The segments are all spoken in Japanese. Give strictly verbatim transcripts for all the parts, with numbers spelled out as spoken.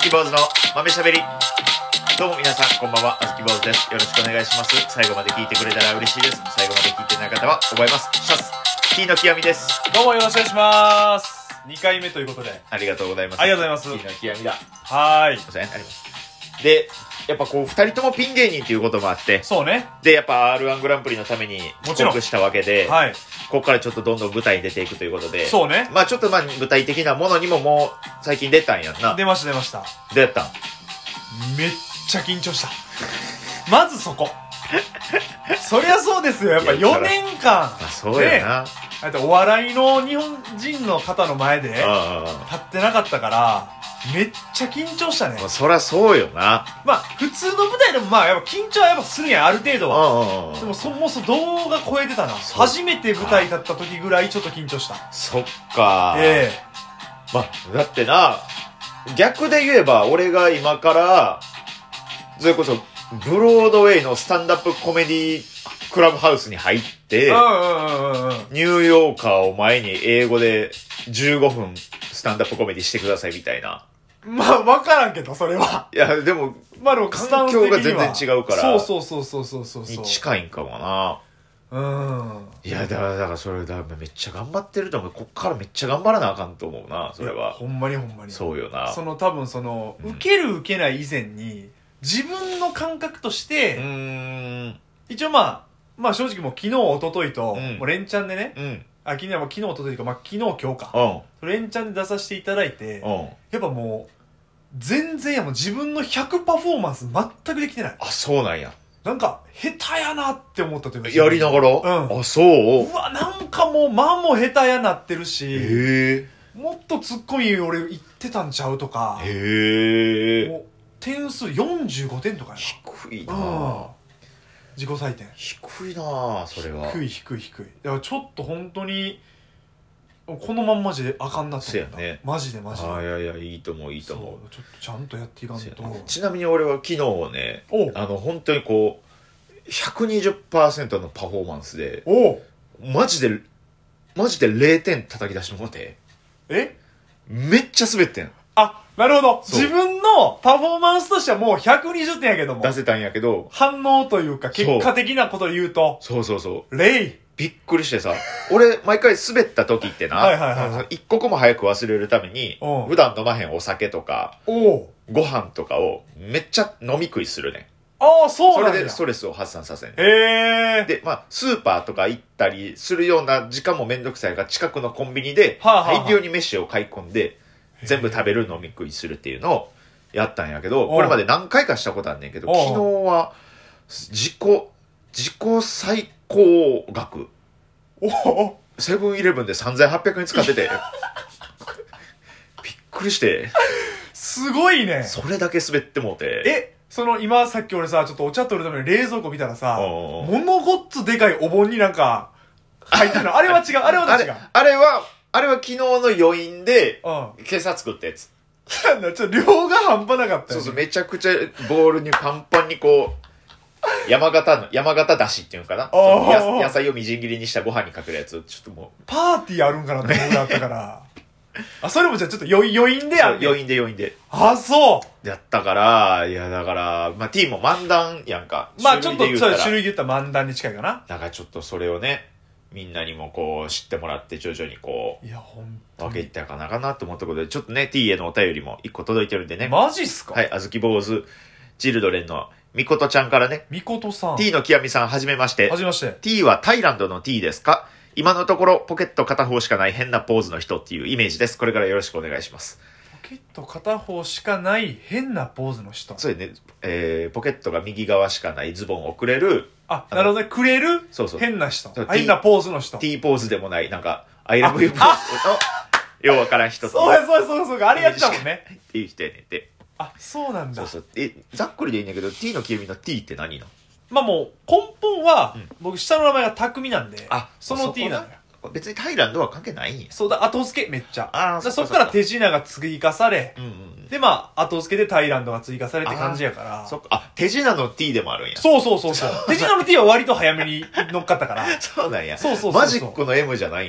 き坊主の豆しゃべり。どうも皆さんこんばんは、あずき坊主です。よろしくお願いします。最後まで聞いてくれたら嬉しいです。最後まで聞いてない方は覚えます。シャス T の極みです。 どうもよろしくお願いします。にかいめということでありがとうございます。 ありがとうございます。 T の極みだ。 はーい。 すいません、あります。で、やっぱこう二人ともピン芸人っていうこともあって、 そうね。 でやっぱ アールワン グランプリのために帰国したわけで、 はい。 ここからちょっとどんどん舞台に出ていくということで、 そうね。 まあちょっとまあ具体的なものにももう最近出たんやんな。 出ました出ました。 どうやったん？ めっちゃ緊張した。まずそこ。そりゃそうですよ。やっぱよねんかん。 あ、そうやな。 だってお笑いの日本人の方の前で立あってなかったから、めっちゃ緊張したね。 あ、そりゃそうよな。 まあ普通の舞台でもまあやっぱ緊張はやっぱするんや、ある程度は。 ああ、 でもそもそも動画超えてたな。初めて舞台立った時ぐらいちょっと緊張した。 そっか。 ええまあ、だってな、逆で言えば俺が今からそれこそブロードウェイのスタンダップコメディクラブハウスに入って、 うんうんうんうんうん。 ニューヨーカーを前に英語でじゅうごふんスタンダップコメディしてくださいみたいな。 まあ、わからんけど、それは。 いや、でも、 まあでも、 環境が全然違うから。 そうそうそうそうそうそう。 に近いんかもな。 うん。 いや、だから、だからそれ、だからめっちゃ頑張ってると思う。こっからめっちゃ頑張らなあかんと思うな、それは。 ほんまにほんまに。 そうよな。 その多分その、 うん受ける受けない以前に、自分の感覚としうて、 ーん。 一応まあ、まあ正直もう昨日、一昨日と、 うんもう連チャンでね、 うん。 あ、昨日はもう昨日、一昨日か、まあ昨日、今日か。 うん。 連チャンで出させていただいて、 うん。 やっぱもう、全然やもう自分のひゃくパフォーマンス全くできてない。 あ、そうなんや。 なんか、下手やなって思ったというか。 やりながらうん。 あ、そううわ、なんかもう間も下手やなってるし、 へえ。 もっとツッコミ俺言ってたんちゃうとか、 へえ。 もう点数よんじゅうごてんとかや低いなな。うんぁ。 自己採点。 低いなぁ、それは。 低い低い低い。だからちょっと本当に、このまんまじであかんなと思った。 そうやねマジでマジで。 あ、いやいや、いいと思う、いいと思う。 そうちょっとちゃんとやっていかんと。 ちなみに俺は昨日ね、 おうあの、本当にこう、ひゃくにじゅっパーセント のパフォーマンスで、 おうマジで、マジでれいてん叩き出してもらって、 えめっちゃ滑ってん。 あ、なるほど。 そう自分のパフォーマンスとしてはもうひゃくにじゅってんやけども。 出せたんやけど、 反応というか結果的なことを言うと、 そうそうそう。 レイ。 びっくりしてさ、俺、毎回滑った時ってな、 はいはいはいはい一刻も早く忘れるためにうん、 普段飲まへんお酒とか、 おうご飯とかをめっちゃ飲み食いするね。 ああ、そうなんや。 それでストレスを発散させんね。 へえ。 で、まあ、スーパーとか行ったりするような時間もめんどくさいから、近くのコンビニで、 はあはあはあ大量に飯を買い込んで、全部食べる飲み食いするっていうのをやったんやけど、 おうこれまで何回かしたことあんねんけど、 おう昨日は、自己、自己最高額、 おおセブンイレブンでさんぜんはっぴゃくえん使ってて、びっくりして、 すごいね。 それだけ滑ってもうて、 え、その今さっき俺さ、ちょっとお茶取るために冷蔵庫見たらさ、 おう物ごっつでかいお盆になんか、入ってるの。あれは違う、あれは違う。 あれ、あれは、あれは昨日の余韻で、 うん。 今朝作ったやつ。 なんだ、ちょっと量が半端なかったよ、ね。 そうそう、めちゃくちゃボールにパンパンにこう、山形の、山形だしっていうのかな、 あーそのや野菜をみじん切りにしたご飯にかけるやつ、ちょっともパーティーあるんかなって思うだったから。あ、それもじゃあちょっと余韻余韻う、 でやんねん。 余韻で余韻で。 あ、そうやったから、いやだから、まあ T も漫談やんか。 まあちょっと、そう、 種類で言ったら種類で言ったら漫談に近いかな。 だからちょっとそれをね、みんなにもこう知ってもらって徐々にこいや、ほんう、 とに。 分けていったかなかなと思ったことで、ちょっとね、T へのお便りも一個届いてるんでね。 マジっすかはい、あずき坊主、チルドレンのみことちゃんからね、 みことさん。 T の極みさんはじめまして。 はじめまして。 T はタイランドの T ですか？今のところポケット片方しかない変なポーズの人っていうイメージです。これからよろしくお願いします。 ポケット片方しかない変なポーズの人。 そうね、えー、ポケットが右側しかないズボンをくれる、 あ、なるほどね。くれるそうそう変な人。 そうあ変なポーズの人。 T ポーズでもない、なんか、I love you ポーズの、ようわからん人っていうそうや、そうや、そうや、そうや。あれやってたもんね。 っていう人やねんて。 あ、そうなんだ。 そうそう。え、ざっくりでいいんだけど、T の極みの T って何なの？ まあもう、根本は、 うん僕、下の名前が匠なんで、 あその T なのよ。 別にタイランドは関係ないんや。 そうだ、後付け、めっちゃ。 あーだからそっかそっから手品が追加され、 うんうん。 で、まあ、後付けでタイランドが追加されって感じやから。 そっか。あ、手品の T でもあるんや。 そうそうそうそう。手品の T は割と早めに乗っかったから。 そうなんや。 そうそうそうそうマジックの M じゃないんやな。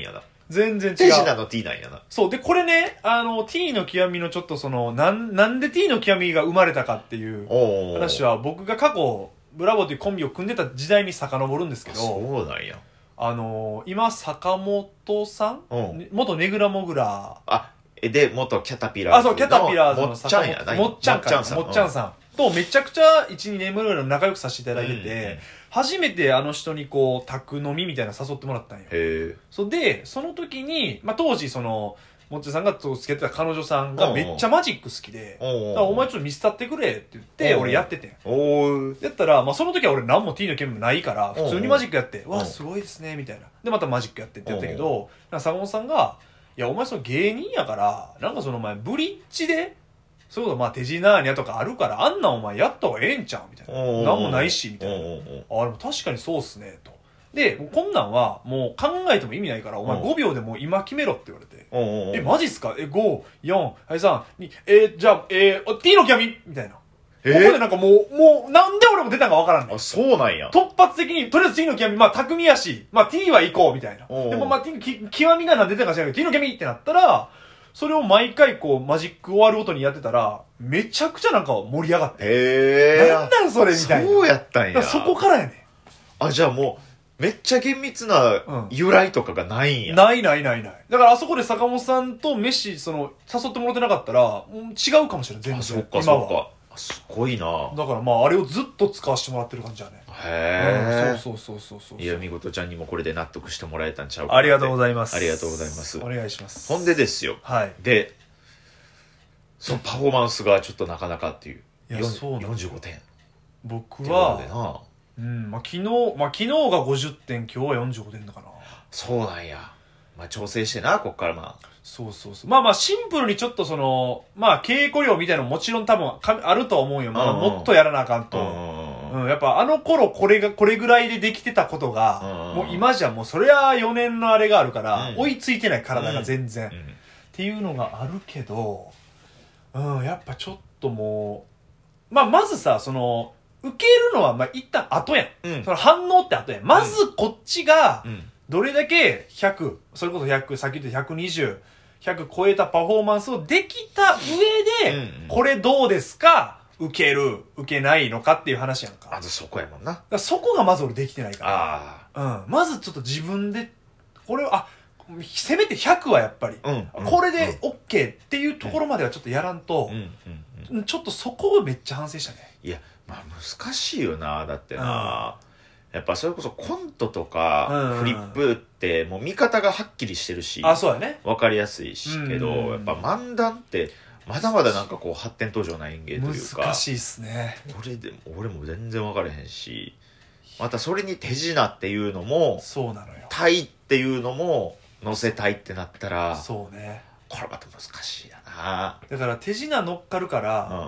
全然違う。 手品の T なんやな。 そう。で、これね、あの、T の極みのちょっとその、なん、なんで T の極みが生まれたかっていう話は、僕が過去、ブラボーというコンビを組んでた時代に遡るんですけど、 そうなんや。 あの、今、坂本さん、 うん、 元ネグラモグラあ、で、元キャタピラーズの。 あ、そう、キャタピラーズのもっちゃんやな。 もっちゃんか。もっちゃんさんとめちゃくちゃいち、にねんぐらいの仲良くさせていただいてて、うんうん、初めてあの人にこう、宅飲みみたいな誘ってもらったんよ。 へそうで、その時に、まあ、当時その、もっちゃんさんが付き合ってた彼女さんがめっちゃマジック好きで、だからお前ちょっと見せたってくれって言って、俺やってて。やったら、まあ、その時は俺何も T の件もないから、普通にマジックやって、わあ、すごいですね、みたいな。で、またマジックやってってやったけど、坂本さんが、いや、お前その芸人やから、なんかそのお前ブリッジで、そういうことまあ手品ーニャとかあるから、あんなんお前やった方がええんちゃうみたいな。なんもないし、みたいな。あ、でも確かにそうっすね、と。で、もうこんなんはもう考えても意味ないから、お前ごびょうでもう今決めろって言われて。え、マジっすかえ、ご、よん、はい、さん、に、えー、じゃあ、えー、T の極みみたいな。ここでなんかもう、もう、なんで俺も出たんかわからんねん。 あ、そうなんや。 突発的に、とりあえず T の極み、まあ、匠やし、まあ、T は行こう、みたいな。でもまあ、T の極みがなんで出たか知らないけど、T の極みってなったら、それを毎回こう、マジック終わるごとにやってたら、めちゃくちゃなんか盛り上がって。 へー。 なんなんそれみたいな。 そうやったんや。 そこからやねん。あ、じゃあもう、めっちゃ厳密な由来とかがないんや。 うん、ないないないない。だからあそこで坂本さんと飯、その、誘ってもらってなかったら、違うかもしれない、全然。 あ、そっかそっか。すごいな。 だからまああれをずっと使わせてもらってる感じだね。 へえ、 うん、そうそうそうそうそう。 いや、みごとちゃんにもこれで納得してもらえたんちゃうか。 ありがとうございます。 ありがとうございます。 お願いします。 ほんでですよ。 はい。 で、そのパフォーマンスがちょっとなかなかっていう。 いや、そうなんよんじゅうごてん。 僕は、うん、まあ昨日、まあ昨日がごじゅってん、今日はよんじゅうごてんだかな。 そうなんや。まあ調整してな、こっからまあ。 そうそうそう。まあまあシンプルにちょっとその、まあ稽古量みたいなのももちろん多分あるとは思うよ。まあもっとやらなあかんと。うん、やっぱあの頃これが、これぐらいでできてたことが、もう今じゃもうそりゃよねんのあれがあるから、追いついてない体が全然。っていうのがあるけど、うん、やっぱちょっともう、まあまずさ、その、受けるのはまあ一旦後やん。うん、その反応って後やん。まずこっちが、どれだけひゃく、それこそひゃく、さっき言ったひゃくにじゅう、ひゃく超えたパフォーマンスをできた上で、うんうん、これどうですか受ける、受けないのかっていう話やんか。 まずそこやもんな。 だからそこがまず俺できてないから。うん。まずちょっと自分で、これを、あ、せめてひゃくはやっぱり、うん、これで OK っていうところまではちょっとやらんと、うんうん、ちょっとそこをめっちゃ反省したね。 いや、まあ難しいよな、だってな。うん、やっぱそれこそコントとかフリップってもう見方がはっきりしてるし、 あ、そうやね。 わかりやすいしけど、やっぱ漫談ってまだまだなんかこう発展途上な演芸というか。 難しいっすね。 俺でも、俺も全然わかれへんし、またそれに手品っていうのも、 そうなのよ。 タイっていうのも乗せたいってなったら、 そうね。 これまた難しいやな。 だから手品乗っかるから、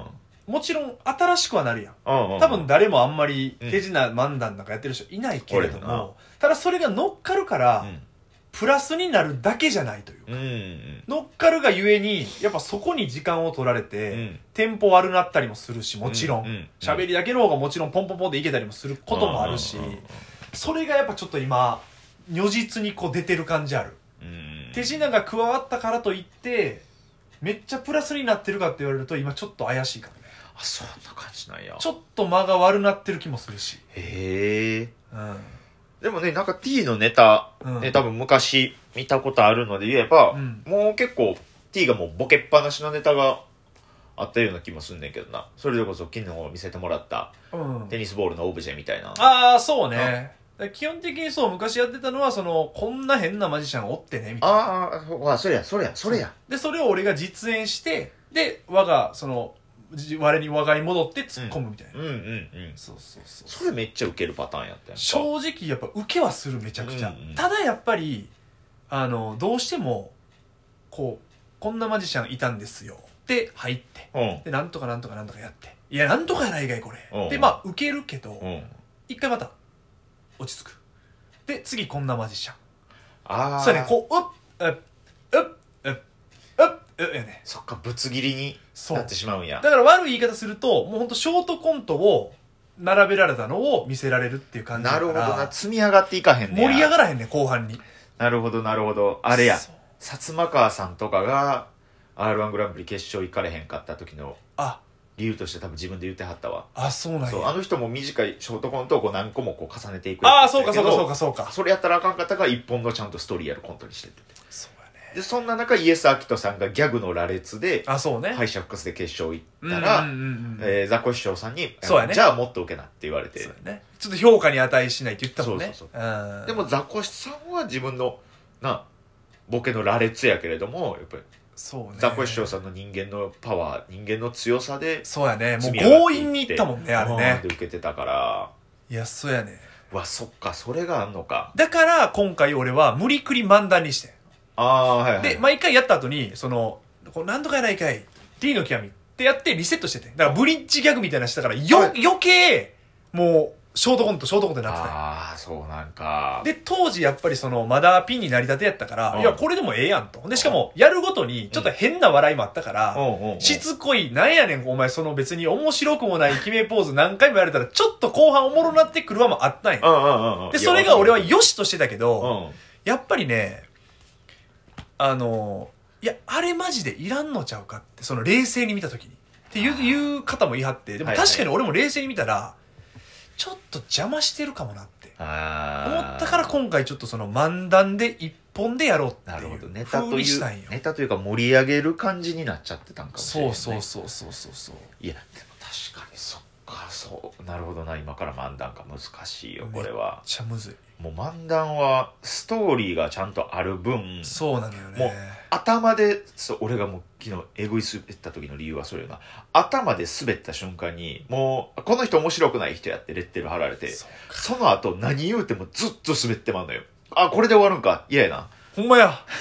うん、もちろん新しくはなるやん。 うんうんうん、 多分誰もあんまり手品漫談なんかやってる人いないけれども、うん、ただそれが乗っかるから、うん、プラスになるだけじゃないというか、うんうん、乗っかるがゆえに、やっぱそこに時間を取られて、うん、テンポ悪なったりもするし、もちろん、喋、うんうん、りだけの方がもちろんポンポンポンでいけたりもすることもあるし、それがやっぱちょっと今、如実にこう出てる感じある。手品が加わったからといってめっちゃプラスになってるかって言われると今ちょっと怪しいかもね。 あ、そんな感じなんや。 ちょっと間が悪なってる気もするし。 へえ、うん、でもね、なんか T のネタ、うん、ね、多分昔見たことあるので言えば、うん、もう結構 T がもうボケっぱなしのネタがあったような気もすんねんけどな。それでこそ昨日見せてもらった、うん、テニスボールのオブジェみたいな。 ああ、そうね、基本的にそう、昔やってたのは、その、こんな変なマジシャンおってね、みたいな。 ああ、それや、それや、それや。 で、それを俺が実演して、で、我が、その、我に我がに戻って突っ込むみたいな。 うん、うん、うんうん。 そうそうそう。 それめっちゃウケるパターンやったやんか。 正直、やっぱ受けはする、めちゃくちゃ。うんうん、ただやっぱり、あの、どうしても、こう、こんなマジシャンいたんですよ。で、入って。うん、で、なんとかなんとかなんとかやって。いや、なんとかやないかい、これ。うん、で、まあ、受けるけど、うん、一回また、落ち着く。で、次こんなマジシャン。ああ。そうやね、こう、うっ、うっ、うっ、うっ、うっ、うっ、やね。 そっか、ぶつ切りになってしまうんや。 だから悪い言い方すると、もうほんとショートコントを並べられたのを見せられるっていう感じだから。 なるほどな、積み上がっていかへんね。 盛り上がらへんね、後半に。 なるほどなるほど。あれや薩摩川さんとかが アールワン グランプリ決勝行かれへんかった時の理由として多分自分で言ってはったわ。 あ、そうなんや。 そうあの人も短いショートコントをこう何個もこう重ねていく。 ああ、そうかそうかそうかそうか。 それやったらあかんかったから一本のちゃんとストーリーやるコントにしてって。 そうやね。 でそんな中イエス・アキトさんがギャグの羅列であ、そうね、 敗者復活で決勝行ったら、ザコシショウさんにそうやね、 じゃあもっと受けなって言われて、 そうやね、ちょっと評価に値しないって言ったもんね。 そうそうそう、うん、でもザコシさんは自分のなボケの羅列やけれどもやっぱりそうね、ザコシショウさんの人間のパワー人間の強さでそうやね、もう強引にいったもんね、あれね。 で受けてたから、 いやそうやね。 わ、そっか、それがあんのか。 だから今回俺は無理くり漫談にして、 ああ、はいはい、 で毎回やった後にそのこうなんとかやないかい T の極みってやってリセットしてて、だからブリッジギャグみたいなのしたからよ、はい、余計もうショートコントショートコントになってた。 ああ、そうなんか。 で当時やっぱりそのまだピンになりたてやったから、うん、いやこれでもええやんと。でしかもやるごとにちょっと変な笑いもあったから、うん、しつこいなんやねんお前その別に面白くもない決めポーズ何回もやれたらちょっと後半おもろなってくるわもあったんや。でそれが俺は良しとしてたけど、うん、やっぱりねあのいやあれマジでいらんのちゃうかってその冷静に見た時にっていう、いう方もいはって、でも確かに俺も冷静に見たら、はいはい、ちょっと邪魔してるかもなって思ったから今回ちょっとその漫談で一本でやろうっていう。なるほど、 ネタというネタというか盛り上げる感じになっちゃってたんかもしれない、ね、 そうそうそうそうそう。いやでも確かにそっか、そうなるほどな。今から漫談か難しいよこれは。 めっちゃむずい。 もう漫談はストーリーがちゃんとある分、 そうなのよね。 もう頭でそう俺がもう昨日エグい滑った時の理由はそれよな。頭で滑った瞬間にもうこの人面白くない人やってレッテル貼られて、 そ, その後何言うてもずっと滑ってまうのよ。あ、これで終わるんか嫌やな。 ほんまや